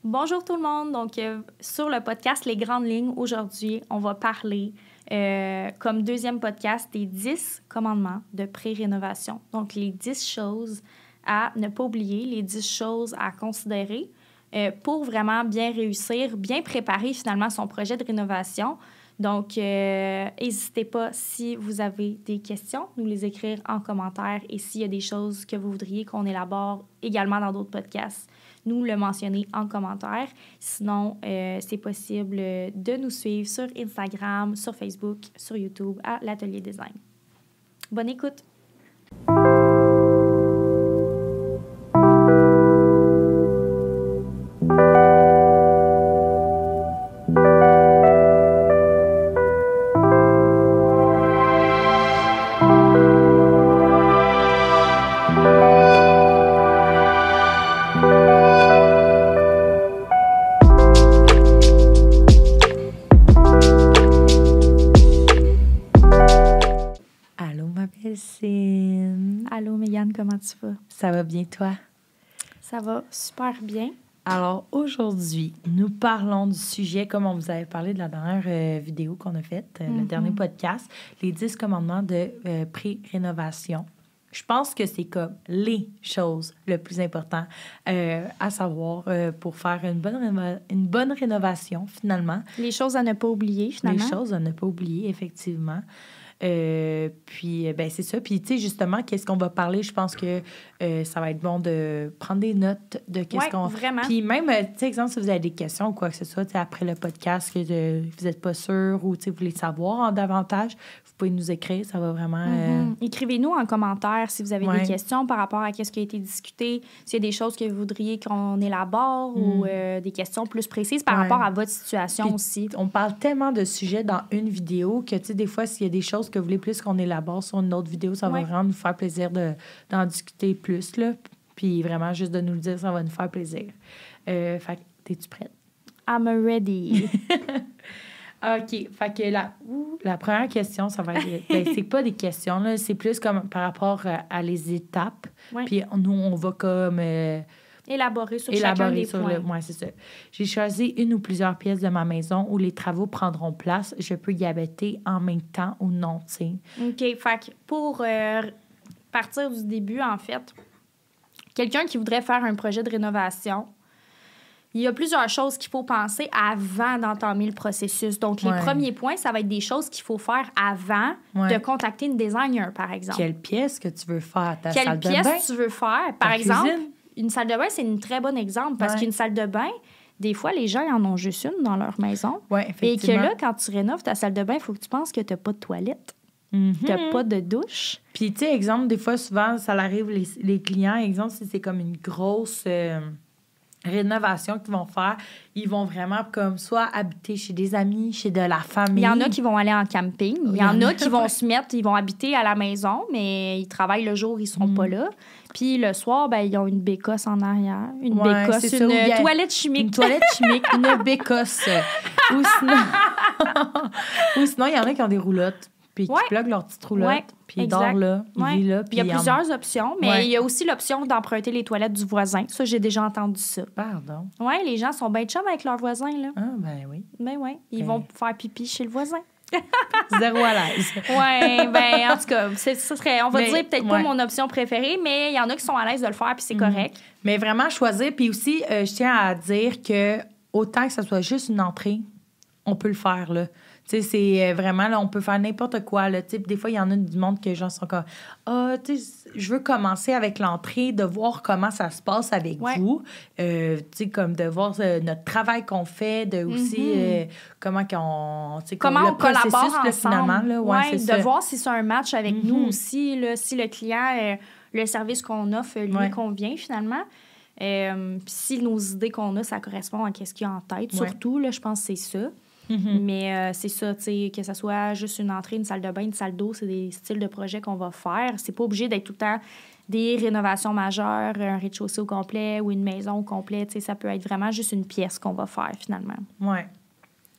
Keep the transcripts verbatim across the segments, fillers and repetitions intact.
Bonjour tout le monde. Donc, euh, sur le podcast Les Grandes Lignes, aujourd'hui, on va parler, euh, comme deuxième podcast, des dix commandements de pré-rénovation. Donc, les dix choses à ne pas oublier, les dix choses à considérer euh, pour vraiment bien réussir, bien préparer finalement son projet de rénovation. Donc, euh, n'hésitez pas, si vous avez des questions, nous les écrire en commentaire. Et s'il y a des choses que vous voudriez qu'on élabore également dans d'autres podcasts, nous le mentionner en commentaire. Sinon, euh, c'est possible de nous suivre sur Instagram, sur Facebook, sur YouTube, à l'Atelier Design. Bonne écoute! Allô, Mégane, comment tu vas? Ça va bien, toi? Ça va super bien. Alors, aujourd'hui, nous parlons du sujet, comme on vous avait parlé de la dernière euh, vidéo qu'on a faite, euh, mm-hmm. le dernier podcast, les dix commandements de euh, pré-rénovation. Je pense que c'est comme les choses le plus important euh, à savoir euh, pour faire une bonne, réno- une bonne rénovation, finalement. Les choses à ne pas oublier, finalement. Les choses à ne pas oublier, effectivement. Euh, puis, ben c'est ça. Puis, tu sais, justement, qu'est-ce qu'on va parler? Je pense que euh, ça va être bon de prendre des notes de qu'est-ce ouais, qu'on... vraiment. Puis même, tu sais, exemple, si vous avez des questions ou quoi que ce soit, tu sais, après le podcast, que de, vous n'êtes pas sûr ou, tu sais, vous voulez savoir en davantage, vous pouvez nous écrire. Ça va vraiment... Mm-hmm. Euh... Écrivez-nous en commentaire si vous avez ouais. des questions par rapport à ce qui a été discuté, s'il y a des choses que vous voudriez qu'on élabore mm. ou euh, des questions plus précises par ouais. rapport à votre situation Puis, aussi. On parle tellement de sujets dans une vidéo que, tu sais, des fois, s'il y a des choses que vous voulez plus qu'on élabore sur une autre vidéo, ça ouais. va vraiment nous faire plaisir de, d'en discuter plus, là. Puis vraiment, juste de nous le dire, ça va nous faire plaisir. Euh, fait que, es-tu prête? I'm ready. OK. Fait que la, la première question, ça va être... ben, c'est pas des questions, là. C'est plus comme par rapport à, à les étapes. Ouais. Puis nous, on va comme... Euh, Élaborer sur Élaborer chacun des sur points. Oui, c'est ça. J'ai choisi une ou plusieurs pièces de ma maison où les travaux prendront place. Je peux y habiter en même temps ou non, tu sais. OK. Fait que pour euh, partir du début, en fait, quelqu'un qui voudrait faire un projet de rénovation, il y a plusieurs choses qu'il faut penser avant d'entamer le processus. Donc, les ouais. premiers points, ça va être des choses qu'il faut faire avant ouais. de contacter une designer, par exemple. Quelle pièce que tu veux faire? Ta Quelle salle pièce de bain? tu veux faire? Par Ta exemple, cuisine? Une salle de bain, c'est un très bon exemple parce ouais. qu'une salle de bain, des fois, les gens en ont juste une dans leur maison. Oui, effectivement. Et que là, quand tu rénoves ta salle de bain, il faut que tu penses que tu n'as pas de toilette. Mm-hmm. Tu n'as pas de douche. Puis, tu sais, exemple, des fois, souvent, ça arrive, les, les clients, exemple, si c'est comme une grosse euh, rénovation qu'ils vont faire, ils vont vraiment comme soit habiter chez des amis, chez de la famille. Il y en a qui vont aller en camping. Il y, Il y en, en a qui vont se mettre, ils vont habiter à la maison, mais ils travaillent le jour, ils ne seront mm. pas là. Puis le soir, ben, ils ont une bécosse en arrière. Une ouais, bécosse, c'est une ça, toilette chimique. Une toilette chimique, une bécosse. Ou sinon... Ou sinon, il y en a qui ont des roulottes. Puis ouais. qui pluguent leur petite roulotte. Ouais, puis ils dorment là, ils ouais. vivent là. Puis il y a plusieurs en... options, mais ouais. il y a aussi l'option d'emprunter les toilettes du voisin. Ça, j'ai déjà entendu ça. Pardon? Oui, les gens sont bien chums avec leurs voisins, là. Ah, ben oui. Ben oui, ils ben... vont faire pipi chez le voisin. Zéro à l'aise. Oui, ben en tout cas, c'est, ça serait, on va mais, dire peut-être ouais. pas mon option préférée, mais il y en a qui sont à l'aise de le faire, puis c'est mm-hmm. correct. Mais vraiment choisir, puis aussi, euh, je tiens à dire que autant que ça soit juste une entrée, on peut le faire, là. Tu sais, c'est vraiment, là, on peut faire n'importe quoi, là. Tu sais, des fois, il y en a du monde que les gens sont comme « Ah, oh, tu sais, je veux commencer avec l'entrée, de voir comment ça se passe avec ouais. vous. Euh, » Tu sais, comme de voir euh, notre travail qu'on fait, de aussi mm-hmm. euh, comment qu'on... Tu sais, comment on collabore ensemble. Finalement, là. Ouais, ouais, c'est de ça. voir si c'est un match avec mm-hmm. nous aussi, là, si le client, euh, le service qu'on offre, lui ouais. convient, finalement. Euh, puis si nos idées qu'on a, ça correspond à ce qu'il y a en tête. Ouais. Surtout, là, je pense que c'est ça. Mm-hmm. Mais euh, c'est ça, tu sais, que ce soit juste une entrée, une salle de bain, une salle d'eau, c'est des styles de projets qu'on va faire. C'est pas obligé d'être tout le temps des rénovations majeures, un rez-de-chaussée au complet ou une maison au complet. Tu sais, ça peut être vraiment juste une pièce qu'on va faire, finalement. Oui.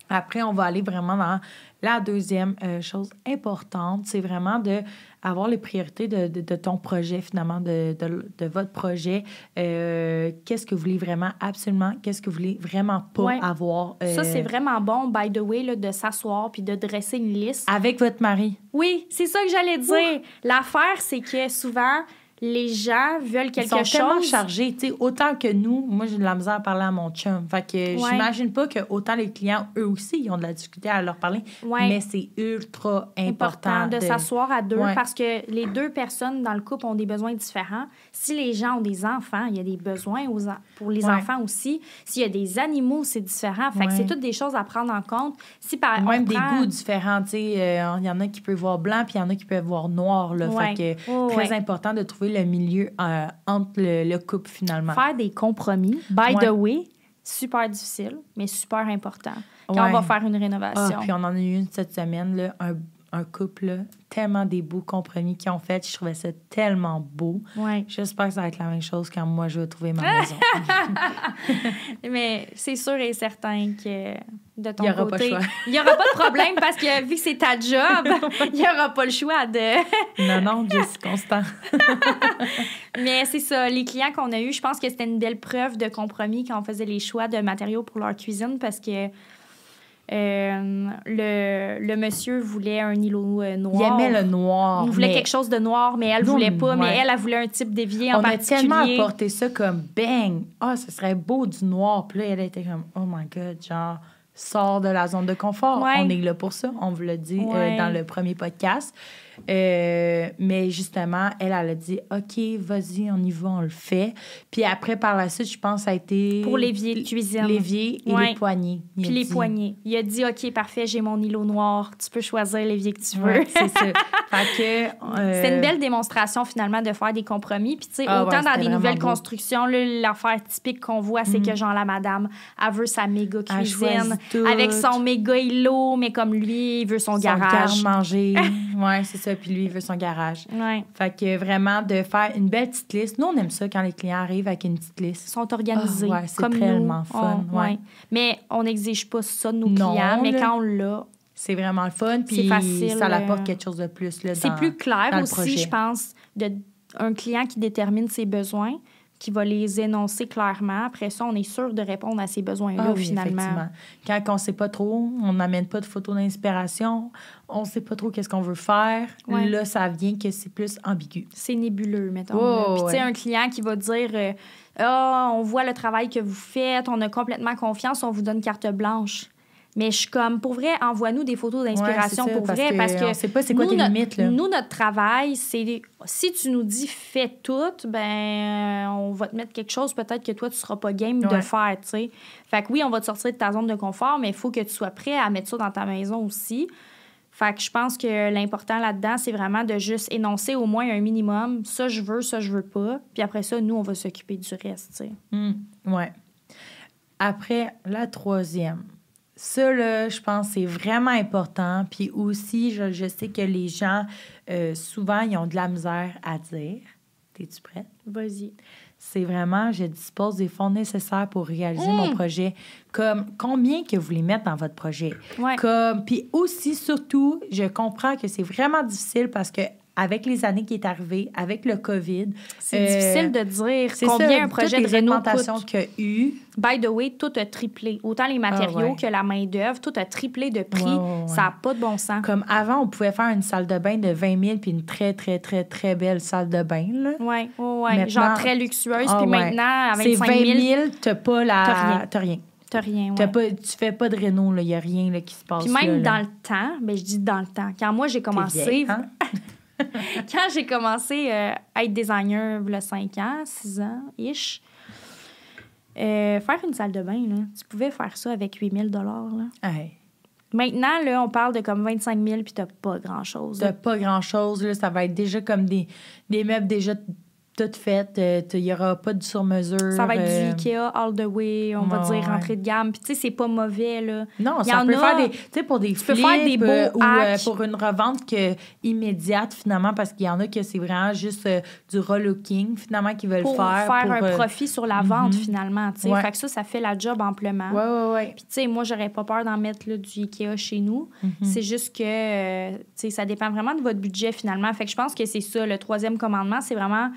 Après, on va aller vraiment dans la deuxième euh, chose importante. C'est vraiment de avoir les priorités de, de, de ton projet, finalement, de, de, de votre projet. Euh, qu'est-ce que vous voulez vraiment absolument? Qu'est-ce que vous voulez vraiment pas Ouais. avoir? Euh, Ça, c'est vraiment bon, by the way, là, de s'asseoir puis de dresser une liste. Avec votre mari. Oui, c'est ça que j'allais dire. Ouh. L'affaire, c'est que souvent, les gens veulent quelque chose. Ils sont tellement chargés, tu sais, autant que nous. Moi, j'ai de la misère à parler à mon chum. Fait que ouais. j'imagine pas que autant les clients, eux aussi, ils ont de la difficulté à leur parler. Ouais. Mais c'est ultra important. important de, de... s'asseoir à deux ouais. parce que les deux personnes dans le couple ont des besoins différents. Si les gens ont des enfants, il y a des besoins aux en... pour les ouais. enfants aussi. S'il y a des animaux, c'est différent. Fait ouais. que c'est toutes des choses à prendre en compte. Si par... Même prend... des goûts différents, tu sais. Il euh, y en a qui peuvent voir blanc, puis il y en a qui peuvent voir noir, là. Ouais. Fait que oh, très ouais. important de trouver le milieu euh, entre le, le couple, finalement. Faire des compromis, by ouais. the way, super difficile, mais super important quand ouais. on va faire une rénovation. Ah, puis on en a eu une cette semaine, là, un, un couple, là, tellement des beaux compromis qu'ils ont fait. Je trouvais ça tellement beau. Ouais. J'espère que ça va être la même chose quand moi, je vais trouver ma maison. Mais c'est sûr et certain que de ton il y aura côté, pas il n'y aura pas de problème parce que vu que c'est ta job, il n'y aura pas le choix de... non, non, Dieu, c'est constant. Mais c'est ça, les clients qu'on a eus, je pense que c'était une belle preuve de compromis quand on faisait les choix de matériaux pour leur cuisine parce que Euh, le, le monsieur voulait un îlot euh, noir. Il aimait le noir. Il voulait mais... quelque chose de noir, mais elle ne voulait pas. Ouais. Mais elle, elle voulait un type d'évier en on particulier. On a tellement apporté ça comme bang! Ah, oh, ce serait beau du noir. Puis là, elle était comme, oh my God, genre, sors de la zone de confort. Ouais. On est là pour ça. On vous l'a dit ouais. euh, dans le premier podcast. Euh, mais justement, elle, elle a dit, OK, vas-y, on y va, on le fait. Puis après, par la suite, je pense que ça a été... Pour l'évier de cuisine. L'évier et ouais. les poignées. Puis les dit. poignées. Il a dit, OK, parfait, j'ai mon îlot noir. Tu peux choisir l'évier que tu veux. Ouais, c'est ça. Fait que... Euh... C'est une belle démonstration, finalement, de faire des compromis. Puis, tu sais, ah, autant ouais, dans des nouvelles beau. constructions, là, l'affaire typique qu'on voit, c'est mm-hmm. que, genre, la madame, elle veut sa méga cuisine avec son méga îlot, mais comme lui, il veut son, son garage. garde-manger. Ouais, c'est ça. Puis lui, il veut son garage. Ouais. Fait que vraiment, de faire une belle petite liste. Nous, on aime ça quand les clients arrivent avec une petite liste. Ils sont organisés. Oh, ouais, c'est comme tellement nous. fun. On, ouais. Ouais. Mais on n'exige pas ça de nos non, clients. Mais là, quand on l'a... C'est vraiment le fun. Puis c'est facile. Ça apporte quelque chose de plus. Là, c'est dans, plus clair dans aussi, le projet. Je pense, d'un client qui détermine ses besoins, qui va les énoncer clairement. Après ça, on est sûr de répondre à ces besoins-là, ah, oui, finalement. Effectivement. Quand on ne sait pas trop, on n'amène pas de photos d'inspiration, on ne sait pas trop qu'est-ce qu'on veut faire, ouais. là, ça vient que c'est plus ambigu. C'est nébuleux, mettons. Oh, Puis, tu sais, ouais. un client qui va dire euh, « Ah, on voit le travail que vous faites, on a complètement confiance, on vous donne carte blanche. » Mais je suis comme, pour vrai, envoie-nous des photos d'inspiration ouais, pour parce vrai. Que parce que on sait pas c'est quoi nous, tes notre, limites. Là. Nous, notre travail, c'est... Si tu nous dis « fais tout », ben euh, on va te mettre quelque chose peut-être que toi, tu seras pas game ouais. de faire, tu sais. Fait que oui, on va te sortir de ta zone de confort, mais il faut que tu sois prêt à mettre ça dans ta maison aussi. Fait que je pense que l'important là-dedans, c'est vraiment de juste énoncer au moins un minimum. Ça, je veux, ça, je veux pas. Puis après ça, nous, on va s'occuper du reste, tu sais. Mmh, ouais. Après, la troisième... Ça, là, je pense que c'est vraiment important. Puis aussi, je, je sais que les gens, euh, souvent, ils ont de la misère à dire. T'es-tu prête? Vas-y. C'est vraiment, je dispose des fonds nécessaires pour réaliser mmh. mon projet. Comme, combien que vous voulez mettre dans votre projet? Ouais. Comme, puis aussi, surtout, je comprends que c'est vraiment difficile parce que avec les années qui est arrivée, avec le COVID... C'est euh, difficile de dire combien ça, un projet de réno coûte. Qu'il y a eu. By the way, tout a triplé. Autant les matériaux ah ouais. que la main-d'œuvre, tout a triplé de prix. Ouais, ouais, ouais. Ça n'a pas de bon sens. Comme avant, on pouvait faire une salle de bain de vingt mille puis une très, très, très, très belle salle de bain. Là. Oui, oui, oui. Genre très luxueuse. Ah, puis ouais. maintenant, à vingt-cinq mille... C'est vingt mille, t'as pas la... T'as rien. T'as rien. T'as rien, T'as ouais. pas, tu fais pas de réno, il n'y a rien là, qui se passe. Puis même là, dans là. le temps, ben je dis dans le temps, quand moi j'ai commencé... T'es vieille, hein? Quand j'ai commencé euh, à être designer, il y a cinq ans, six ans, ish, euh, faire une salle de bain, là, tu pouvais faire ça avec huit mille dollars. Hey. Maintenant, là, on parle de comme vingt-cinq mille puis t'as pas grand-chose. T'as pas grand-chose. Là, ça va être déjà comme des, des meubles déjà tout fait. Il n'y aura pas de sur-mesure. Ça va être euh... du Ikea all the way. On va ouais, dire ouais. entrée de gamme. Puis, tu sais, c'est pas mauvais, là. Non, Il ça peut a... faire des... Tu sais, pour des tu flips peux faire des beaux euh, ou euh, hacks. pour une revente que, immédiate, finalement, parce qu'il y en a que c'est vraiment juste euh, du relooking, finalement, qu'ils veulent pour faire. faire pour un euh... profit sur la vente, mm-hmm. finalement, tu sais. Ouais. Fait que ça, ça fait la job amplement. Oui, oui, oui. Puis, tu sais, moi, j'aurais pas peur d'en mettre là, du Ikea chez nous. Mm-hmm. C'est juste que, euh, tu sais, ça dépend vraiment de votre budget, finalement. Fait que je pense que c'est ça, le troisième commandement, c'est vraiment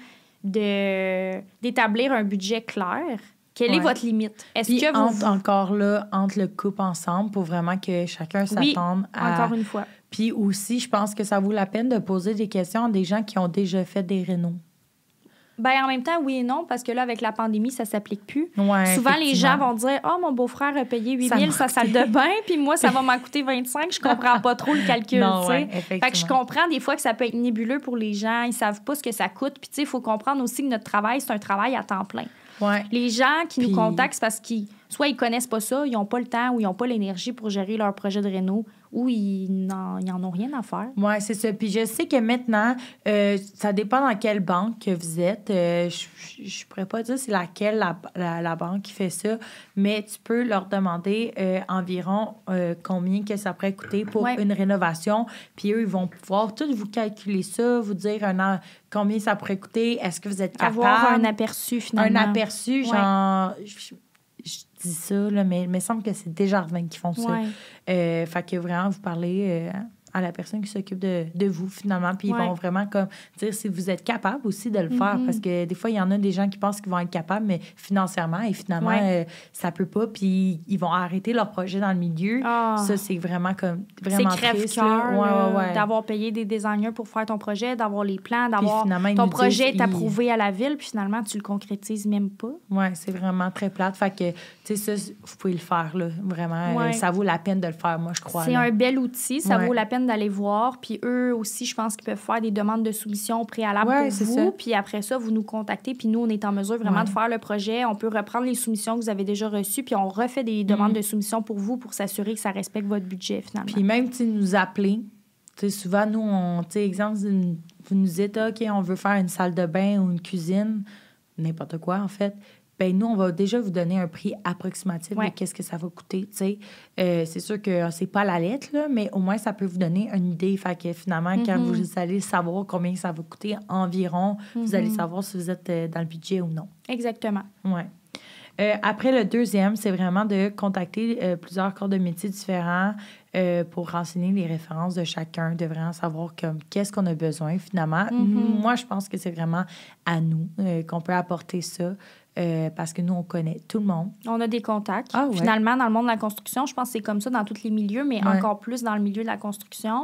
de d'établir un budget clair. Quelle ouais. est votre limite? Est-ce Puis que vous... entre, encore là, entre le couple ensemble pour vraiment que chacun s'attende oui, à... encore une fois. Puis aussi, je pense que ça vaut la peine de poser des questions à des gens qui ont déjà fait des rénaux. Ben en même temps, oui et non, parce que là, avec la pandémie, ça s'applique plus. Ouais, souvent, les gens vont dire « Ah, oh, mon beau-frère a payé huit mille sa salle de bain, puis moi, ça va m'en coûter vingt-cinq. » Je comprends pas trop le calcul, tu sais. Ouais, fait que je comprends des fois que ça peut être nébuleux pour les gens. Ils savent pas ce que ça coûte. Puis, tu sais, il faut comprendre aussi que notre travail, c'est un travail à temps plein. Ouais. Les gens qui puis... nous contactent, c'est parce qu'ils soit ils connaissent pas ça, ils ont pas le temps ou ils ont pas l'énergie pour gérer leur projet de réno ou ils n'en, ils en ont rien à faire. Oui, c'est ça. Puis je sais que maintenant, euh, ça dépend dans quelle banque que vous êtes. Euh, je ne pourrais pas dire c'est laquelle la, la, la banque qui fait ça, mais tu peux leur demander euh, environ euh, combien que ça pourrait coûter pour ouais. une rénovation. Puis eux, ils vont pouvoir tout vous calculer ça, vous dire un an, combien ça pourrait coûter, est-ce que vous êtes capable... Avoir un aperçu, finalement. Un aperçu, genre... Ouais. Je, je dis ça, là, mais il me semble que c'est Desjardins qui font ça. Ouais. Euh, fait que vraiment, vous parlez euh, à la personne qui s'occupe de, de vous, finalement, puis ouais. ils vont vraiment comme dire si vous êtes capable aussi de le faire, mm-hmm. parce que des fois, il y en a des gens qui pensent qu'ils vont être capables, mais financièrement, et finalement, ouais. euh, ça peut pas, puis ils vont arrêter leur projet dans le milieu. Oh. Ça, c'est vraiment comme vraiment c'est triste. C'est crève-cœur, ouais, ouais, ouais. d'avoir payé des designers pour faire ton projet, d'avoir les plans, d'avoir ton projet est approuvé il... à la ville, puis finalement, tu le concrétises même pas. Oui, c'est vraiment très plate. Fait que, tu sais, ça, vous pouvez le faire, là, vraiment. Ouais. Euh, ça vaut la peine de le faire, moi, je crois. C'est là. un bel outil, ça ouais. vaut la peine d'aller voir. Puis eux aussi, je pense qu'ils peuvent faire des demandes de soumission préalables ouais, pour vous. Ça. Puis après ça, vous nous contactez, puis nous, on est en mesure vraiment ouais. de faire le projet. On peut reprendre les soumissions que vous avez déjà reçues, puis on refait des demandes mmh. de soumission pour vous pour s'assurer que ça respecte votre budget, finalement. Puis même, tu nous appelez. Tu sais, souvent, nous, on, tu sais, exemple, vous nous dites, OK, on veut faire une salle de bain ou une cuisine, n'importe quoi, en fait. Bien, nous, on va déjà vous donner un prix approximatif ouais. de qu'est-ce que ça va coûter, tu sais. Euh, c'est sûr que c'est pas la lettre, là, mais au moins, ça peut vous donner une idée. Fait que finalement, mm-hmm. quand vous allez savoir combien ça va coûter environ, mm-hmm. vous allez savoir si vous êtes dans le budget ou non. Exactement. Oui. Euh, après, le deuxième, c'est vraiment de contacter euh, plusieurs corps de métiers différents euh, pour renseigner les références de chacun, de vraiment savoir comme, qu'est-ce qu'on a besoin, finalement. Mm-hmm. Moi, je pense que c'est vraiment à nous euh, qu'on peut apporter ça. Euh, parce que nous, on connaît tout le monde. On a des contacts. Ah, ouais. Finalement, dans le monde de la construction, je pense que c'est comme ça dans tous les milieux, mais ouais. encore plus dans le milieu de la construction.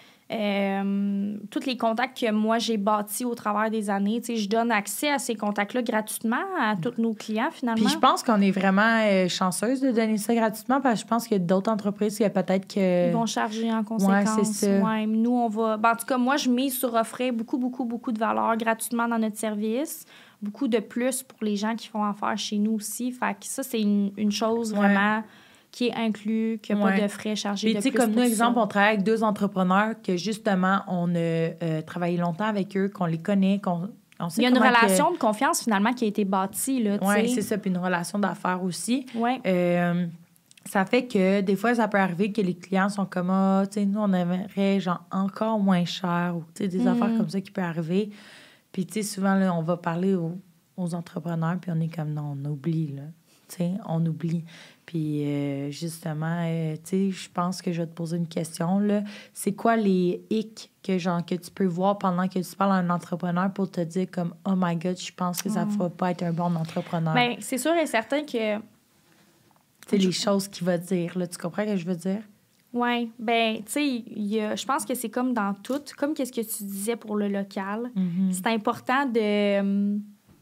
Euh, tous les contacts que moi, j'ai bâtis au travers des années, tu sais, je donne accès à ces contacts-là gratuitement à tous nos clients, finalement. Puis je pense qu'on est vraiment euh, chanceuse de donner ça gratuitement parce que je pense qu'il y a d'autres entreprises qui peut-être que... Ils vont charger en conséquence. Ouais, c'est ça. Ouais, nous, on va... Ben, en tout cas, moi, je mise sur offrir beaucoup, beaucoup, beaucoup de valeur gratuitement dans notre service. Beaucoup de plus pour les gens qui font affaire chez nous aussi. Fait que ça, c'est une, une chose ouais. vraiment qui est inclus, qu'il n'y a ouais. pas de frais chargés de plus. Et tu sais, comme nous, ça. exemple, on travaille avec deux entrepreneurs que, justement, on a euh, travaillé longtemps avec eux, qu'on les connaît, qu'on on sait. Il y a une relation que... de confiance, finalement, qui a été bâtie, là, tu sais. Oui, c'est ça. Puis une relation d'affaires aussi. Oui. Euh, ça fait que, des fois, ça peut arriver que les clients sont comme, ah, tu sais, nous, on aimerait, genre, encore moins cher ou, tu sais, des mm. affaires comme ça qui peuvent arriver. Puis, tu sais, souvent, là, on va parler aux, aux entrepreneurs, puis on est comme, non, on oublie, là. Tu sais, on oublie. Puis, euh, justement, euh, tu sais, je pense que je vais te poser une question, là. C'est quoi les hicks que, genre, que tu peux voir pendant que tu parles à un entrepreneur pour te dire comme, oh my God, je pense que ça ne mm. va pas être un bon entrepreneur? Bien, c'est sûr et certain que... C'est les choses qu'il va dire, là. Tu comprends ce que je veux dire? Oui. Bien, tu sais, je pense que c'est comme dans tout. Comme qu'est-ce que tu disais pour le local. Mm-hmm. C'est important de...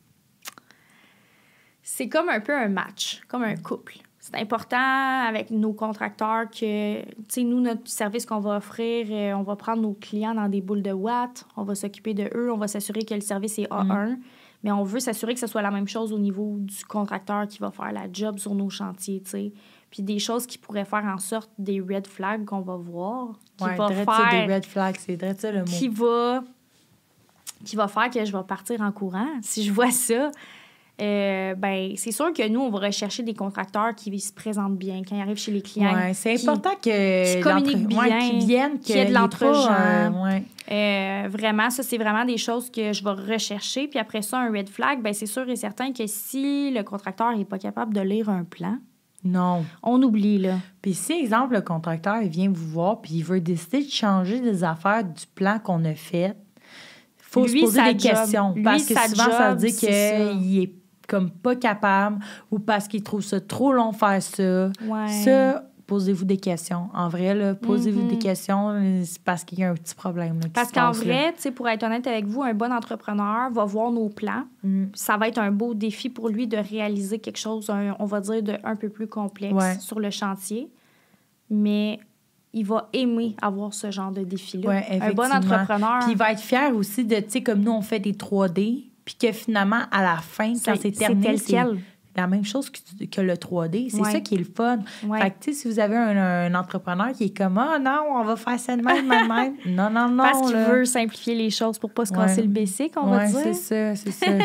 C'est comme un peu un match, comme un couple. C'est important avec nos contracteurs que, tu sais, nous, notre service qu'on va offrir, euh, on va prendre nos clients dans des boules de watts, on va s'occuper de eux, on va s'assurer que le service est A un, mm. mais on veut s'assurer que ce soit la même chose au niveau du contracteur qui va faire la job sur nos chantiers, tu sais. Puis des choses qui pourraient faire en sorte des red flags qu'on va voir. Qui ouais, va faire... faire... des red flags, c'est vrai ça le mot. Qui va... qui va faire que je vais partir en courant. Si je vois ça, euh, ben c'est sûr que nous, on va rechercher des contracteurs qui se présentent bien quand ils arrivent chez les clients. Ouais, c'est qui, important que qui communiquent bien, ouais, qu'ils viennent, qu'il y ait de l'entre-gens. Euh, ouais. euh, vraiment, ça, c'est vraiment des choses que je vais rechercher. Puis après ça, un red flag, ben c'est sûr et certain que si le contracteur n'est pas capable de lire un plan, non. On oublie, là. Puis si, exemple, le contracteur, il vient vous voir puis il veut décider de changer des affaires du plan qu'on a fait, il faut Lui, se poser des job. questions. Lui, parce que souvent, job, ça veut dire qu'il est, est comme pas capable ou parce qu'il trouve ça trop long de faire ça. Ouais. Ça, posez-vous des questions. En vrai, là, posez-vous mm-hmm. des questions, c'est parce qu'il y a un petit problème. Là, qui parce se qu'en passe, vrai, tu sais, pour être honnête avec vous, un bon entrepreneur va voir nos plans. Mm. Ça va être un beau défi pour lui de réaliser quelque chose, un, on va dire, de un peu plus complexe ouais. sur le chantier. Mais il va aimer avoir ce genre de défi-là. Ouais, un bon entrepreneur. Puis il va être fier aussi de, tu sais, comme nous, on fait des trois D, puis que finalement, à la fin, quand c'est terminé, c'est la même chose que, que le trois D. C'est ouais. ça qui est le fun. Ouais. Fait que, tu sais, si vous avez un, un entrepreneur qui est comme « Ah, oh, non, on va faire ça de même, même, même. » Non, non, non. Parce qu'il là. veut simplifier les choses pour pas se casser ouais. le basic, on ouais, va dire. c'est ça, c'est ça.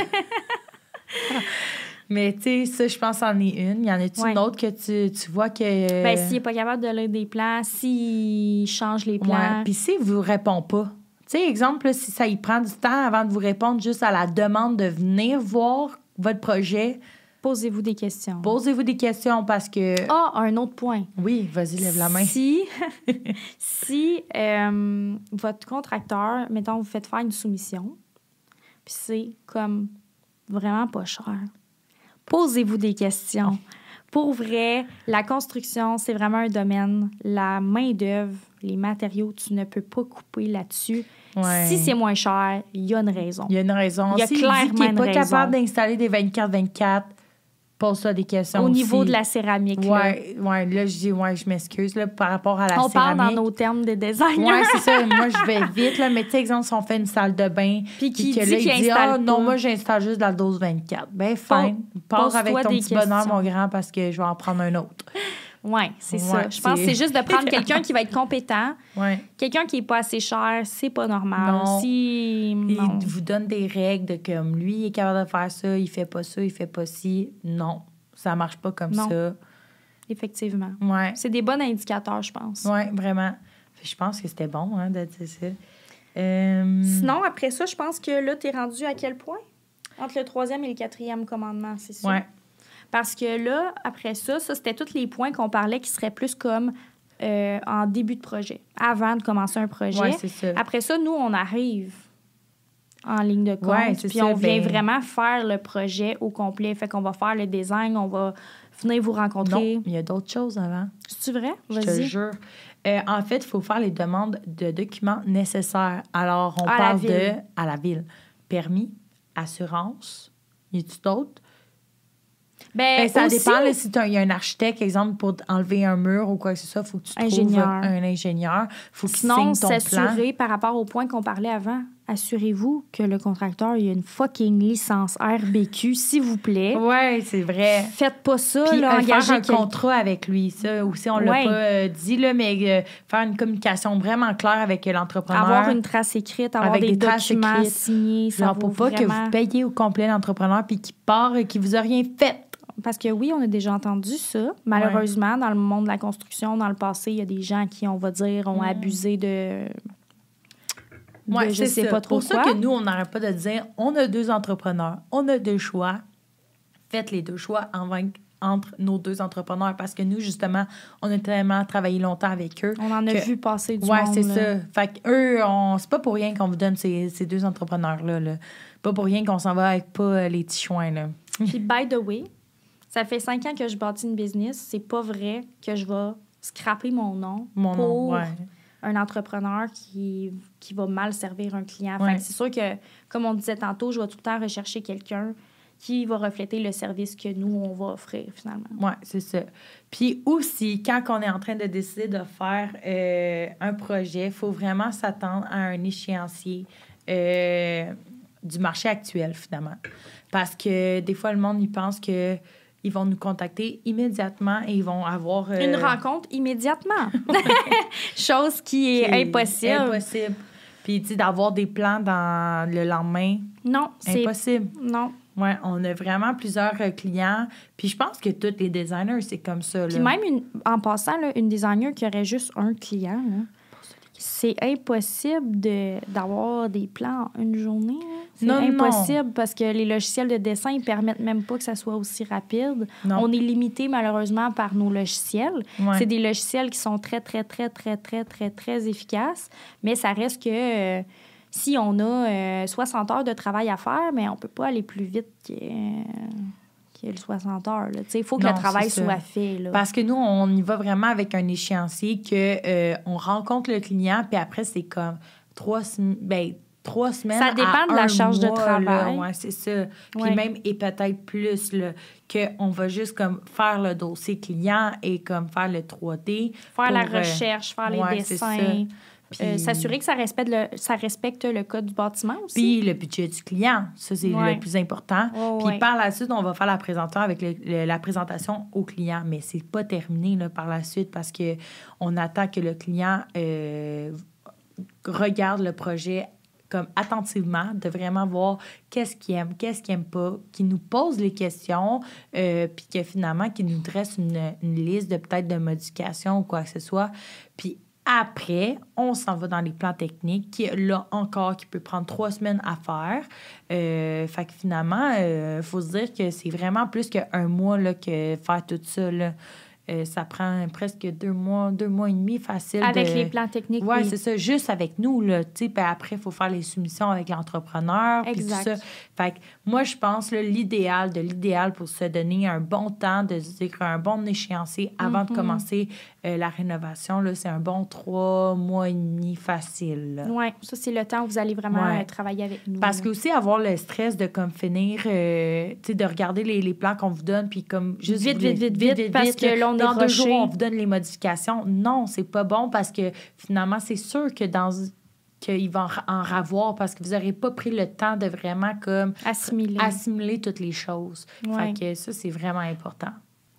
Mais, tu sais, ça, je pense, en est une. Y en a-tu ouais. une autre que tu, tu vois que... Bien, s'il n'est pas capable de lire des plans, s'il change les plans... Ouais. Puis s'il ne vous répond pas... Tu sais, exemple, là, si ça y prend du temps avant de vous répondre juste à la demande de venir voir votre projet... Posez-vous des questions. Posez-vous des questions parce que... Ah, un autre point. Oui, vas-y, lève la main. Si, si euh, votre contracteur, mettons, vous faites faire une soumission, puis c'est comme vraiment pas cher, posez-vous des questions. Pour vrai, la construction, c'est vraiment un domaine. La main-d'œuvre, les matériaux, tu ne peux pas couper là-dessus. Ouais. Si c'est moins cher, il y a une raison. Il y a une raison. Il y a si clairement il dit qu'il n'est pas raison. capable d'installer des vingt-quatre vingt-quatre, pose-toi des questions Au aussi. niveau de la céramique, là. Ouais, ouais, là, je dis, ouais, je m'excuse, là, par rapport à la on céramique. On parle dans nos termes de designers. Ouais, c'est ça. Moi, je vais vite, là. Mais tu sais, exemple, si on fait une salle de bain, puis qui que dit là, qu'il il dit, ah, oh, non, moi, j'installe juste la dose vingt-quatre. Ben, fine. Pars avec ton petit questions. bonheur, mon grand, parce que je vais en prendre un autre. Oui, c'est ouais, ça. Je pense que c'est juste de prendre quelqu'un qui va être compétent. Ouais. Quelqu'un qui n'est pas assez cher, c'est pas normal. Non. Si... non. Il vous donne des règles de comme lui, il est capable de faire ça, il fait pas ça, il fait pas ci. Non, ça marche pas comme non. ça. Effectivement. Ouais. C'est des bons indicateurs, je pense. Oui, vraiment. Je pense que c'était bon hein, de dire ça. Euh... Sinon, après ça, je pense que là, tu es rendu à quel point? Entre le troisième et le quatrième commandement, c'est ça? Oui. Parce que là, après ça, ça, c'était tous les points qu'on parlait qui seraient plus comme euh, en début de projet, avant de commencer un projet. Oui, c'est ça. Après ça, nous, on arrive en ligne de compte, ouais, puis ça, on vient ben... vraiment faire le projet au complet. Fait qu'on va faire le design, on va venir vous rencontrer. Non, il y a d'autres choses avant. C'est-tu vrai? Je Vas-y. te jure. Euh, en fait, il faut faire les demandes de documents nécessaires. Alors, on à parle de... À la ville. Permis, assurance, y a-tu d'autres? Ben, ben, ça aussi... dépend. Là, si il y a un architecte, exemple, pour enlever un mur ou quoi que ce soit, il faut que tu ingénieur. trouves un ingénieur. Faut qu'il Sinon, signe ton s'assurer plan. par rapport au point qu'on parlait avant. Assurez-vous que le contracteur il a une fucking licence R B Q, s'il vous plaît. Oui, c'est vrai. Faites pas ça, Puis, là, euh, engagez faire un quel... contrat avec lui, ça aussi, on l'a ouais. pas euh, dit, là, mais euh, faire une communication vraiment claire avec l'entrepreneur. Avoir une trace écrite, avoir avec des, des documents signés. Ça Genre vaut pour pas vraiment... que vous payiez au complet l'entrepreneur puis qu'il part et qu'il vous a rien fait. Parce que oui, on a déjà entendu ça. Malheureusement, ouais. dans le monde de la construction, dans le passé, il y a des gens qui, on va dire, ont mmh. abusé de... de ouais, je sais ça. pas trop pour quoi. ça que nous, on n'arrête pas de dire, on a deux entrepreneurs, on a deux choix. Faites les deux choix en entre nos deux entrepreneurs parce que nous, justement, on a tellement travaillé longtemps avec eux. On en a que... vu passer du ouais, monde. Ouais, c'est là. ça. Fait qu'eux, on... c'est pas pour rien qu'on vous donne ces, ces deux entrepreneurs-là. Là. Pas pour rien qu'on s'en va avec pas les petits chouins. Là. Puis, by the way, ça fait cinq ans que je bâtis une business. C'est pas vrai que je vais scraper mon nom mon pour nom, ouais. un entrepreneur qui, qui va mal servir un client. Ouais. Fait que c'est sûr que, comme on disait tantôt, je vais tout le temps rechercher quelqu'un qui va refléter le service que nous, on va offrir, finalement. Oui, c'est ça. Puis aussi, quand on est en train de décider de faire euh, un projet, il faut vraiment s'attendre à un échéancier euh, du marché actuel, finalement. Parce que des fois, le monde, il pense que ils vont nous contacter immédiatement et ils vont avoir... Euh... Une rencontre immédiatement. Chose qui est qui impossible. Impossible. Puis, tu sais, d'avoir des plans dans le lendemain, non, c'est impossible. Non. Oui, on a vraiment plusieurs euh, clients. Puis je pense que tous les designers, c'est comme ça. Là. Puis même, une, en passant, là, une designer qui aurait juste un client, là, c'est impossible de, d'avoir des plans en une journée. Là. C'est non, impossible non. parce que les logiciels de dessin ne permettent même pas que ça soit aussi rapide. Non. On est limité, malheureusement, par nos logiciels. Ouais. C'est des logiciels qui sont très, très, très, très, très, très, très efficaces. Mais ça reste que... Euh, si on a euh, soixante heures de travail à faire, mais on ne peut pas aller plus vite que, euh, que le soixante heures. Il faut que non, le travail soit fait. Là. Parce que nous, on y va vraiment avec un échéancier que euh, on rencontre le client, puis après, c'est comme trois, ben, trois semaines ça dépend à de la un charge mois, de travail. Oui, c'est ça. Puis ouais. même, et peut-être plus, là, qu'on va juste comme faire le dossier client et comme faire le trois D. Faire pour, la recherche, faire ouais, les dessins. Puis... Euh, s'assurer que ça respecte, le, ça respecte le code du bâtiment aussi. Puis le budget du client, ça, c'est ouais. le plus important. Oh, puis ouais. par la suite, on va faire la présentation avec le, le, la présentation au client. Mais c'est pas terminé là, par la suite parce qu'on attend que le client euh, regarde le projet comme attentivement, de vraiment voir qu'est-ce qu'il aime, qu'est-ce qu'il aime pas, qu'il nous pose les questions, euh, puis que finalement, qu'il nous dresse une, une liste de peut-être de modifications ou quoi que ce soit. Puis après, on s'en va dans les plans techniques, qui, là encore, qui peut prendre trois semaines à faire. Euh, fait que finalement, il euh, faut se dire que c'est vraiment plus qu'un mois là, que faire tout ça. Là. Euh, ça prend presque deux mois, deux mois et demi facile. Avec de... les plans techniques, ouais, oui. c'est ça, juste avec nous. Là, puis après, il faut faire les soumissions avec l'entrepreneur. Exact. Tout ça. Fait que moi, je pense là, l'idéal de l'idéal pour se donner un bon temps, de se dire un bon échéancier avant mm-hmm. de commencer euh, la rénovation, là, c'est un bon trois mois et demi facile. Oui, ça, c'est le temps où vous allez vraiment ouais. euh, travailler avec nous. Parce là. que aussi avoir le stress de comme finir, euh, tu sais, de regarder les, les plans qu'on vous donne, puis comme juste... Vite, vite, vite, vite, vite, parce que là, on est dans deux rushé. jours, on vous donne les modifications. Non, c'est pas bon parce que finalement, c'est sûr que dans... qu'il va en ravoir parce que vous n'aurez pas pris le temps de vraiment comme... Assimiler. Assimiler toutes les choses. Ouais. Fait que ça, c'est vraiment important.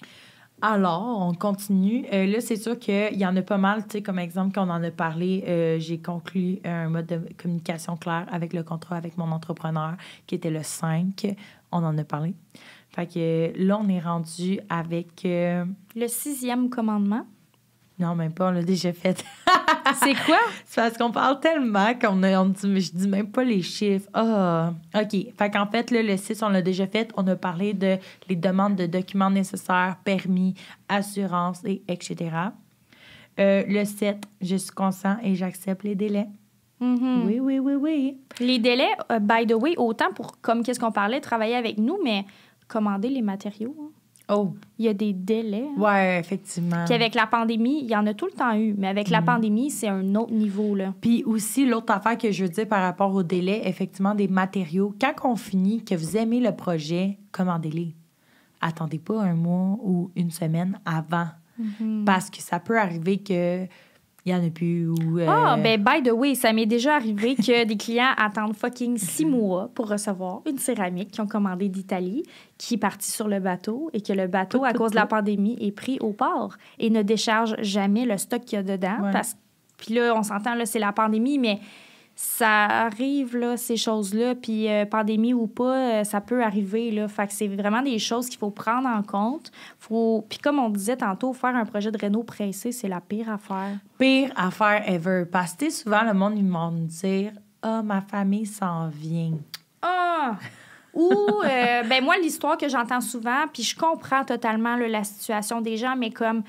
Alors, on continue. Euh, là, c'est sûr qu'il y en a pas mal, tu sais, comme exemple qu'on en a parlé, euh, j'ai conclu un mode de communication clair avec le contrat avec mon entrepreneur, qui était le cinq. On en a parlé. Fait que là, on est rendu avec... Euh... Le sixième commandement. Non, même pas, on l'a déjà fait. C'est quoi? C'est parce qu'on parle tellement qu'on a, on dit, je dis même pas les chiffres. Ah, oh, OK. Fait qu'en fait, là, le six, on l'a déjà fait. On a parlé de les demandes de documents nécessaires, permis, assurance, et etc. Euh, le sept, je suis conscient et j'accepte les délais. Mm-hmm. Oui, oui, oui, oui. Les délais, uh, by the way, autant pour, comme qu'est-ce qu'on parlait, travailler avec nous, mais commander les matériaux. Hein. Oh. Il y a des délais. Hein. Oui, effectivement. Puis avec la pandémie, il y en a tout le temps eu, mais avec mm. la pandémie, c'est un autre niveau, là. Puis aussi, l'autre affaire que je veux dire par rapport au délai, effectivement, des matériaux. Quand on finit, que vous aimez le projet, commandez-les. Attendez pas un mois ou une semaine avant. Mm-hmm. Parce que ça peut arriver que... il n'y en a plus. Ou, euh... Ah, ben by the way, ça m'est déjà arrivé que des clients attendent fucking six mois pour recevoir une céramique qu'ils ont commandée d'Italie, qui est partie sur le bateau et que le bateau, à cause de la pandémie, est pris au port et ne décharge jamais le stock qu'il y a dedans. Ouais. Parce... Puis là, on s'entend, là, c'est la pandémie, mais ça arrive, là, ces choses-là. Puis euh, pandémie ou pas, euh, ça peut arriver, là. Fait que c'est vraiment des choses qu'il faut prendre en compte. Faut... Puis comme on disait tantôt, faire un projet de réno pressé, c'est la pire affaire. Pire affaire ever. Parce que souvent, le monde, ils vont me dire « Ah, oh, ma famille s'en vient. » Ah! Ou, euh, ben moi, l'histoire que j'entends souvent, puis je comprends totalement là, la situation des gens, mais comme...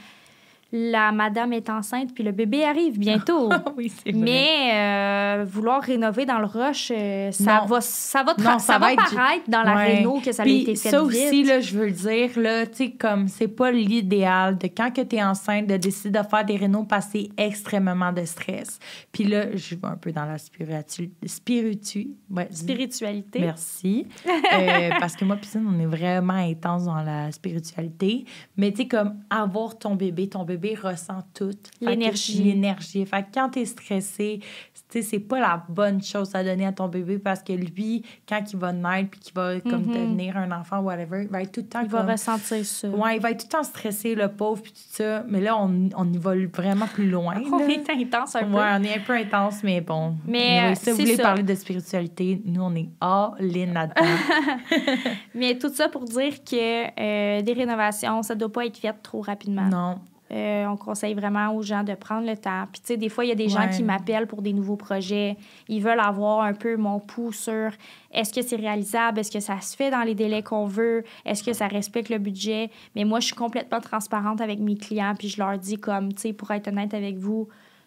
la madame est enceinte, puis le bébé arrive bientôt. Oui, c'est vrai. Mais euh, vouloir rénover dans le rush, euh, ça, va, ça va, tra- non, ça ça va va paraître du... dans la ouais. réno que ça puis a été fait ça vite. aussi, là, je veux le dire, là, tu sais, comme c'est pas l'idéal de quand que t'es enceinte de décider de faire des rénos parce que c'est extrêmement de stress. Puis là, je vais un peu dans la spiritu... spiritu... Ouais, spiritualité. Merci. euh, parce que moi, Piscine, on est vraiment intense dans la spiritualité. Mais tu sais, comme avoir ton bébé, ton bébé bébé ressent tout. L'énergie. L'énergie. Fait que quand t'es stressé, tu sais, c'est pas la bonne chose à donner à ton bébé parce que lui, quand il va naître puis qu'il va comme Mm-hmm. devenir un enfant, whatever, il va être tout le temps Il comme... va ressentir ça. Ouais, il va être tout le temps stressé, le pauvre, puis tout ça. Mais là, on, on y va vraiment plus loin. On là. est intense un peu. Ouais, on est un peu intense, mais bon. Mais oui, euh, si vous c'est voulez ça. parler de spiritualité, nous, on est all-in là-dedans. Mais tout ça pour dire que euh, des rénovations, ça ne doit pas être fait trop rapidement. Non. Euh, on conseille vraiment aux gens de prendre le temps. Puis, tu sais, des fois, il y a des gens Ouais. qui m'appellent pour des nouveaux projets. Ils veulent avoir un peu mon pouls sur est-ce que c'est réalisable, est-ce que ça se fait dans les délais qu'on veut, est-ce que ça respecte le budget. Mais moi, je suis complètement transparente avec mes clients, puis je leur dis comme, tu sais, pour être honnête avec vous,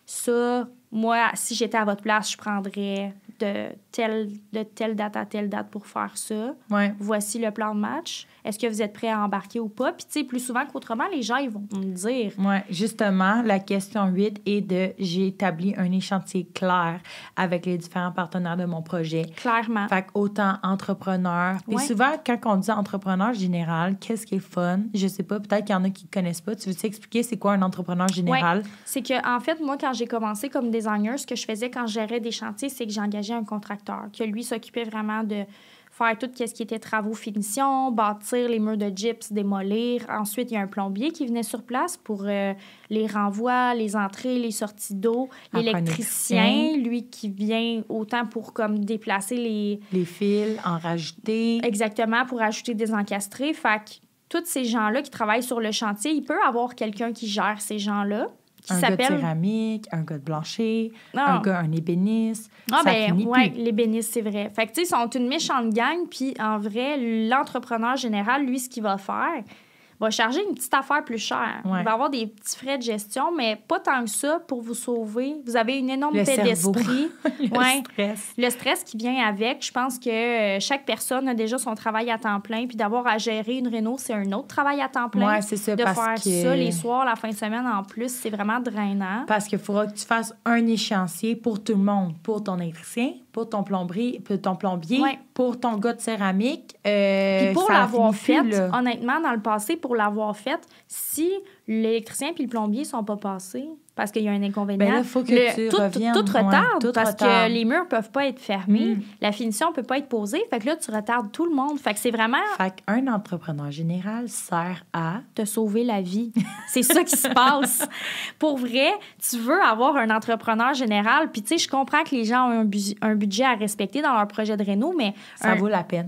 ça, moi, si j'étais à votre place, je prendrais de telle, de telle date à telle date pour faire ça. Ouais. Voici le plan de match. Est-ce que vous êtes prêts à embarquer ou pas? Puis, tu sais, plus souvent qu'autrement, les gens, ils vont me dire. Oui, justement, la question huit est de j'ai établi un échantillon clair avec les différents partenaires de mon projet. Clairement. Fait qu'autant entrepreneur. Puis Ouais. souvent, quand on dit entrepreneur général, qu'est-ce qui est fun? Je sais pas, peut-être qu'il y en a qui ne connaissent pas. Tu veux expliquer c'est quoi un entrepreneur général? Ouais. C'est que, en fait, moi, quand j'ai commencé comme designer, ce que je faisais quand je gérais des chantiers, c'est que j'engageais un contracteur, que lui s'occupait vraiment de faire tout ce qui était travaux finition, bâtir les murs de gyps, démolir. Ensuite, il y a un plombier qui venait sur place pour euh, les renvois, les entrées, les sorties d'eau. L'électricien, lui, qui vient autant pour comme déplacer les... Les fils, en rajouter. Exactement, pour ajouter des encastrés. Fait que tous ces gens-là qui travaillent sur le chantier, il peut avoir quelqu'un qui gère ces gens-là. Qui un s'appelle... gars de céramique, un gars de plancher, Non. un gars, un ébéniste. Ah, ça ben, finit ouais, plus. l'ébéniste, c'est vrai. Fait que, tu sais, ils sont une méchante gang, puis en vrai, l'entrepreneur général, lui, ce qu'il va faire, va charger une petite affaire plus chère. Ouais. Il va avoir des petits frais de gestion, mais pas tant que ça pour vous sauver. Vous avez une énorme Le paix cerveau. d'esprit. Le Ouais. stress. Le stress qui vient avec, je pense que euh, chaque personne a déjà son travail à temps plein, puis d'avoir à gérer une réno, c'est un autre travail à temps plein. Ouais, c'est ça, de parce faire que... ça les soirs, la fin de semaine en plus, c'est vraiment drainant. Parce qu'il faudra que tu fasses un échéancier pour tout le monde. Pour ton électricien, pour ton plombier, pour ton plombier, Ouais. pour ton gars de céramique. Euh, Puis pour ça l'avoir finit fait, plus, là. honnêtement, dans le passé, pour l'avoir fait, si l'électricien puis le plombier sont pas passés, parce qu'il y a un inconvénient, Ben là, faut que le- tu tout, reviennes. tout retarde Ouais, tout parce retarde. que les murs peuvent pas être fermés, Mm. la finition peut pas être posée, fait que là, tu retardes tout le monde. Fait que c'est vraiment Fait qu'un entrepreneur général sert à... te sauver la vie. C'est ça qui se passe. Pour vrai, tu veux avoir un entrepreneur général, puis tu sais, je comprends que les gens ont un, bu- un budget à respecter dans leur projet de réno, mais Ça un- vaut la peine.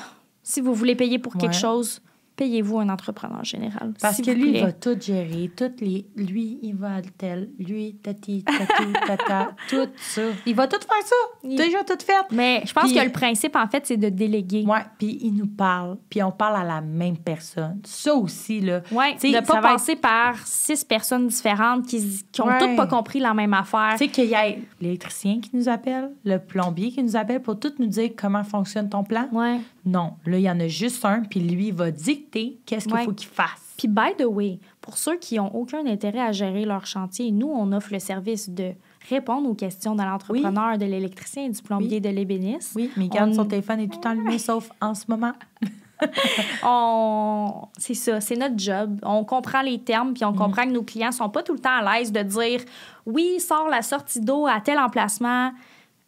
si vous voulez payer pour quelque Ouais. chose, payez-vous un entrepreneur général. Parce s'il que vous lui, plaît. il va tout gérer. Toutes les... Lui, il va à tel. Lui, tati, tati, tata, tout ça. Il va tout faire ça. Il- Déjà tout fait. Mais je pense Puis- que le principe, en fait, c'est de déléguer. Ouais, puis il nous parle. Puis on parle à la même personne. Ça aussi, là. Oui, T'sais, de ne ça pas va passer par six personnes différentes qui n'ont Ouais. toutes pas compris la même affaire. Tu sais qu'il y ait l'électricien qui nous appelle, le plombier qui nous appelle pour tout nous dire comment fonctionne ton plan. Ouais. Non, là, il y en a juste un, puis lui, il va dicter qu'est-ce qu'il Ouais. faut qu'il fasse. Puis, by the way, pour ceux qui n'ont aucun intérêt à gérer leur chantier, nous, on offre le service de répondre aux questions de l'entrepreneur, de l'électricien et du plombier, Oui. de l'ébéniste. Oui, mais garde On- son téléphone est tout allumé, sauf en ce moment. On... C'est ça, c'est notre job. On comprend les termes, puis on Mm. comprend que nos clients sont pas tout le temps à l'aise de dire « Oui, sors la sortie d'eau à tel emplacement. Euh, »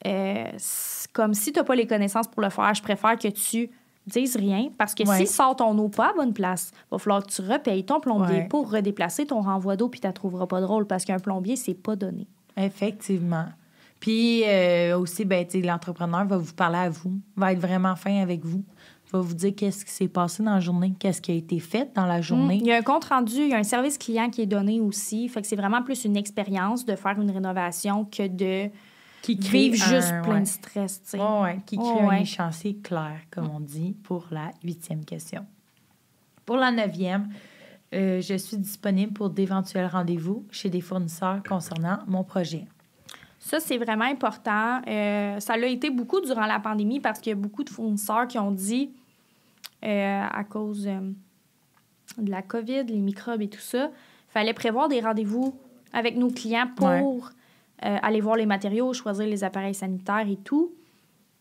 Comme si tu n'as pas les connaissances pour le faire, je préfère que tu dises rien, parce que Ouais. si sort ton eau pas à bonne place, il va falloir que tu repayes ton plombier Ouais. pour redéplacer ton renvoi d'eau, puis tu la trouveras pas drôle, parce qu'un plombier, c'est pas donné. Effectivement. Puis euh, aussi, ben, tu sais, l'entrepreneur va vous parler à vous, va être vraiment fin avec vous, va vous dire qu'est-ce qui s'est passé dans la journée, qu'est-ce qui a été fait dans la journée. Mm. Il y a un compte rendu, il y a un service client qui est donné aussi. Fait que c'est vraiment plus une expérience de faire une rénovation que de Qui crée vivre un- juste plein ouais. de stress. tu sais. Ouais, ouais, qui crée Ouais, un ouais. échéancier clair, comme on dit, pour la huitième question. Pour la neuvième, euh, je suis disponible pour d'éventuels rendez-vous chez des fournisseurs concernant mon projet. Ça, c'est vraiment important. Euh, ça l'a été beaucoup durant la pandémie parce qu'il y a beaucoup de fournisseurs qui ont dit, euh, à cause euh, de la COVID, les microbes et tout ça, il fallait prévoir des rendez-vous avec nos clients pour Ouais. euh, aller voir les matériaux, choisir les appareils sanitaires et tout.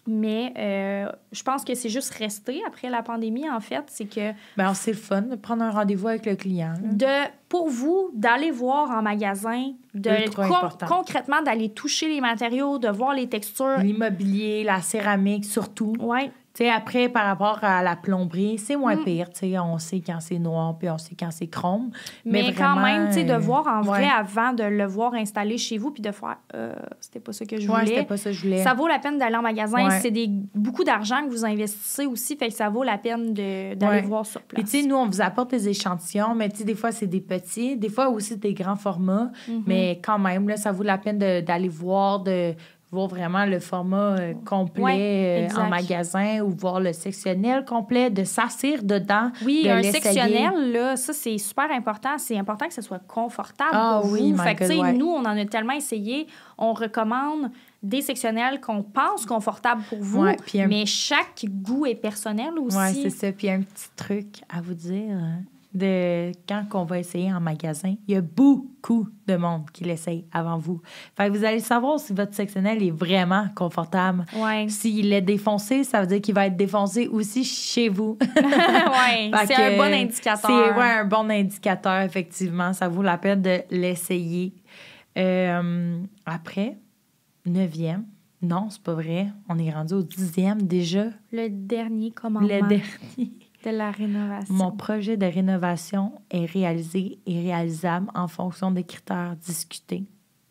Mais euh, je pense que c'est juste resté après la pandémie, en fait. C'est que... Ben, c'est le fun de prendre un rendez-vous avec le client. de Pour vous, d'aller voir en magasin, de con- concrètement, d'aller toucher les matériaux, de voir les textures. L'immobilier, la céramique, surtout. Oui. Tu sais, après, par rapport à la plomberie, c'est moins Mm. pire. Tu sais, on sait quand c'est noir, puis on sait quand c'est chrome. Mais, Mais quand vraiment, même, tu sais, de euh, voir en vrai ouais. avant de le voir installé chez vous, puis de faire euh, c'était pas ça que je Ouais, voulais. c'était pas ça que je voulais. Ça vaut la peine d'aller en magasin. Ouais. C'est des, beaucoup d'argent que vous investissez aussi, fait que ça vaut la peine de, d'aller Ouais. voir sur place. Puis, tu sais, nous, on vous apporte des échantillons, mais tu sais, des fois, c'est des petits, des fois aussi des grands formats. Mm-hmm. Mais quand même, là, ça vaut la peine de, d'aller voir, de voir vraiment le format euh, complet Ouais, euh, en magasin ou voir le sectionnel complet, de s'asseoir dedans. Oui, de un l'essayer. sectionnel, là, ça, c'est super important. C'est important que ça soit confortable Ah, pour oui, vous. my Fait que, tu sais, God, ouais. nous, on en a tellement essayé. On recommande des sectionnels qu'on pense confortables pour vous, Ouais, puis un- mais chaque goût est personnel aussi. Oui, c'est ça. Puis un petit truc à vous dire, hein, de quand on va essayer en magasin, il y a beaucoup de monde qui l'essaye avant vous. Fait que vous allez savoir si votre sectionnel est vraiment confortable. Ouais. S'il est défoncé, ça veut dire qu'il va être défoncé aussi chez vous. Ouais, Fait c'est que un bon indicateur. C'est ouais, un bon indicateur, effectivement. Ça vaut la peine de l'essayer. Euh, après, neuvième. Non, c'est pas vrai. On est rendu au dixième déjà. Le dernier commandement Le dernier. de la rénovation. Mon projet de rénovation est réalisé et réalisable en fonction des critères discutés.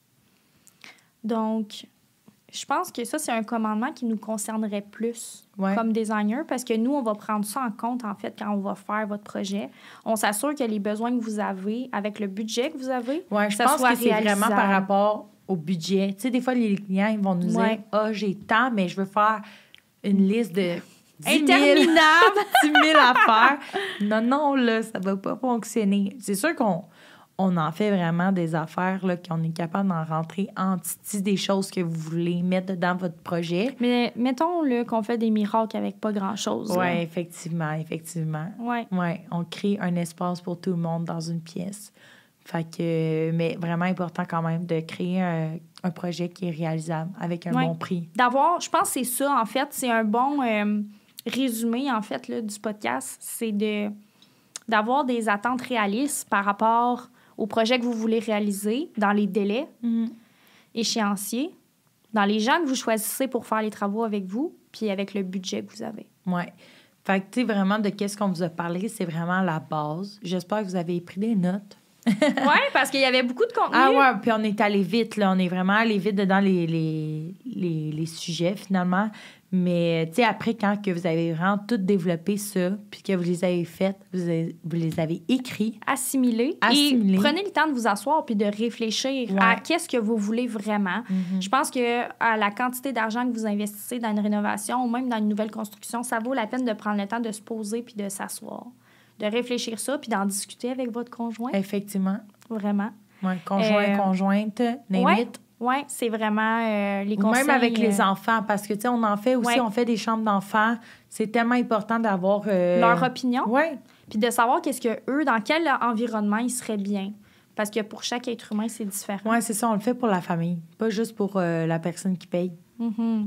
Donc, je pense que ça, c'est un commandement qui nous concernerait plus Ouais. comme designer parce que nous, on va prendre ça en compte, en fait, quand on va faire votre projet. On s'assure que les besoins que vous avez, avec le budget que vous avez, Ouais, je ça pense soit que c'est vraiment réalisable. par rapport au budget. Tu sais, des fois, les clients, ils vont nous Ouais. dire « Ah, j'ai tant, mais je veux faire une liste de dix mille Interminable! dix mille affaires. » Non, non, là, ça va pas fonctionner. C'est sûr qu'on on en fait vraiment des affaires, là, qu'on est capable d'en rentrer en titi des choses que vous voulez mettre dans votre projet. Mais mettons là, qu'on fait des miracles avec pas grand-chose. Oui, là. effectivement, effectivement. Ouais. Oui, on crée un espace pour tout le monde dans une pièce. Fait que, mais vraiment important quand même de créer un, un projet qui est réalisable avec un Ouais. bon prix. D'avoir, je pense que c'est ça, en fait, c'est un bon euh, résumé, en fait, là, du podcast. C'est de d'avoir des attentes réalistes par rapport au projet que vous voulez réaliser, dans les délais Mm. échéanciers, dans les gens que vous choisissez pour faire les travaux avec vous, puis avec le budget que vous avez. Oui. Fait que, tu sais, vraiment, de qu'est-ce qu'on vous a parlé, c'est vraiment la base. J'espère que vous avez pris des notes. Oui, parce qu'il y avait beaucoup de contenu. Ah ouais, puis on est allé vite, là. On est vraiment allé vite dedans les, les, les, les sujets, finalement. Mais, tu sais, après, quand que vous avez vraiment tout développé ça, puis que vous les avez faites, vous, avez- vous les avez écrits. Assimiler. Assimiler. Et prenez le temps de vous asseoir puis de réfléchir Ouais. à qu'est-ce que vous voulez vraiment. Mhm. Je pense que à la quantité d'argent que vous investissez dans une rénovation ou même dans une nouvelle construction, ça vaut la peine de prendre le temps de se poser puis de s'asseoir, de réfléchir ça puis d'en discuter avec votre conjoint. Effectivement. Vraiment. Ouais, conjoint, Euh, conjointe, name Ouais. it. Oui, c'est vraiment euh, les Ou conseils. même avec les euh, enfants, parce que, tu sais, on en fait aussi, Ouais. on fait des chambres d'enfants. C'est tellement important d'avoir... euh, leur opinion, Oui, puis de savoir qu'est-ce que eux, dans quel environnement ils seraient bien. Parce que pour chaque être humain, c'est différent. ouais, c'est ça, on le fait pour la famille, pas juste pour euh, la personne qui paye. Mhm.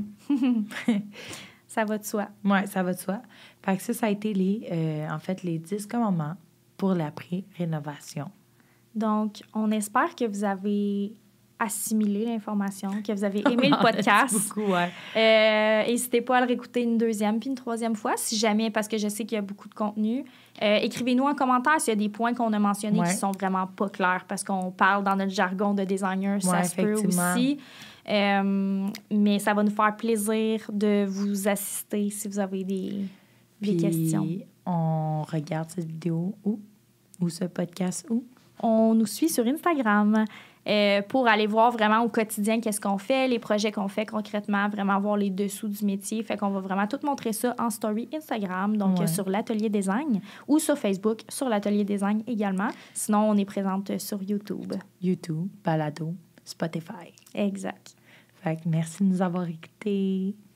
Ça va de soi. Oui, ça va de soi. Fait que ça, ça a été les, euh, en fait, les dix commandements pour l'après-rénovation. Donc, on espère que vous avez assimilé l'information, que vous avez aimé le podcast. Merci beaucoup, ouais. Euh, n'hésitez pas à le réécouter une deuxième puis une troisième fois, si jamais, parce que je sais qu'il y a beaucoup de contenu. Euh, écrivez-nous en commentaire s'il y a des points qu'on a mentionnés Ouais. qui sont vraiment pas clairs, parce qu'on parle dans notre jargon de designer, ça Ouais, se peut effectivement. aussi. Euh, mais ça va nous faire plaisir de vous assister si vous avez des, des Puis, questions. on regarde cette vidéo où? Ou ce podcast où? On nous suit sur Instagram euh, pour aller voir vraiment au quotidien qu'est-ce qu'on fait, les projets qu'on fait concrètement, vraiment voir les dessous du métier. Fait qu'on va vraiment tout montrer ça en story Instagram, donc Ouais. euh, sur l'Atelier Design, ou sur Facebook, sur l'Atelier Design également. Sinon, on est présente sur YouTube. YouTube, Balado, Spotify. Exact. Fait que merci de nous avoir écoutés.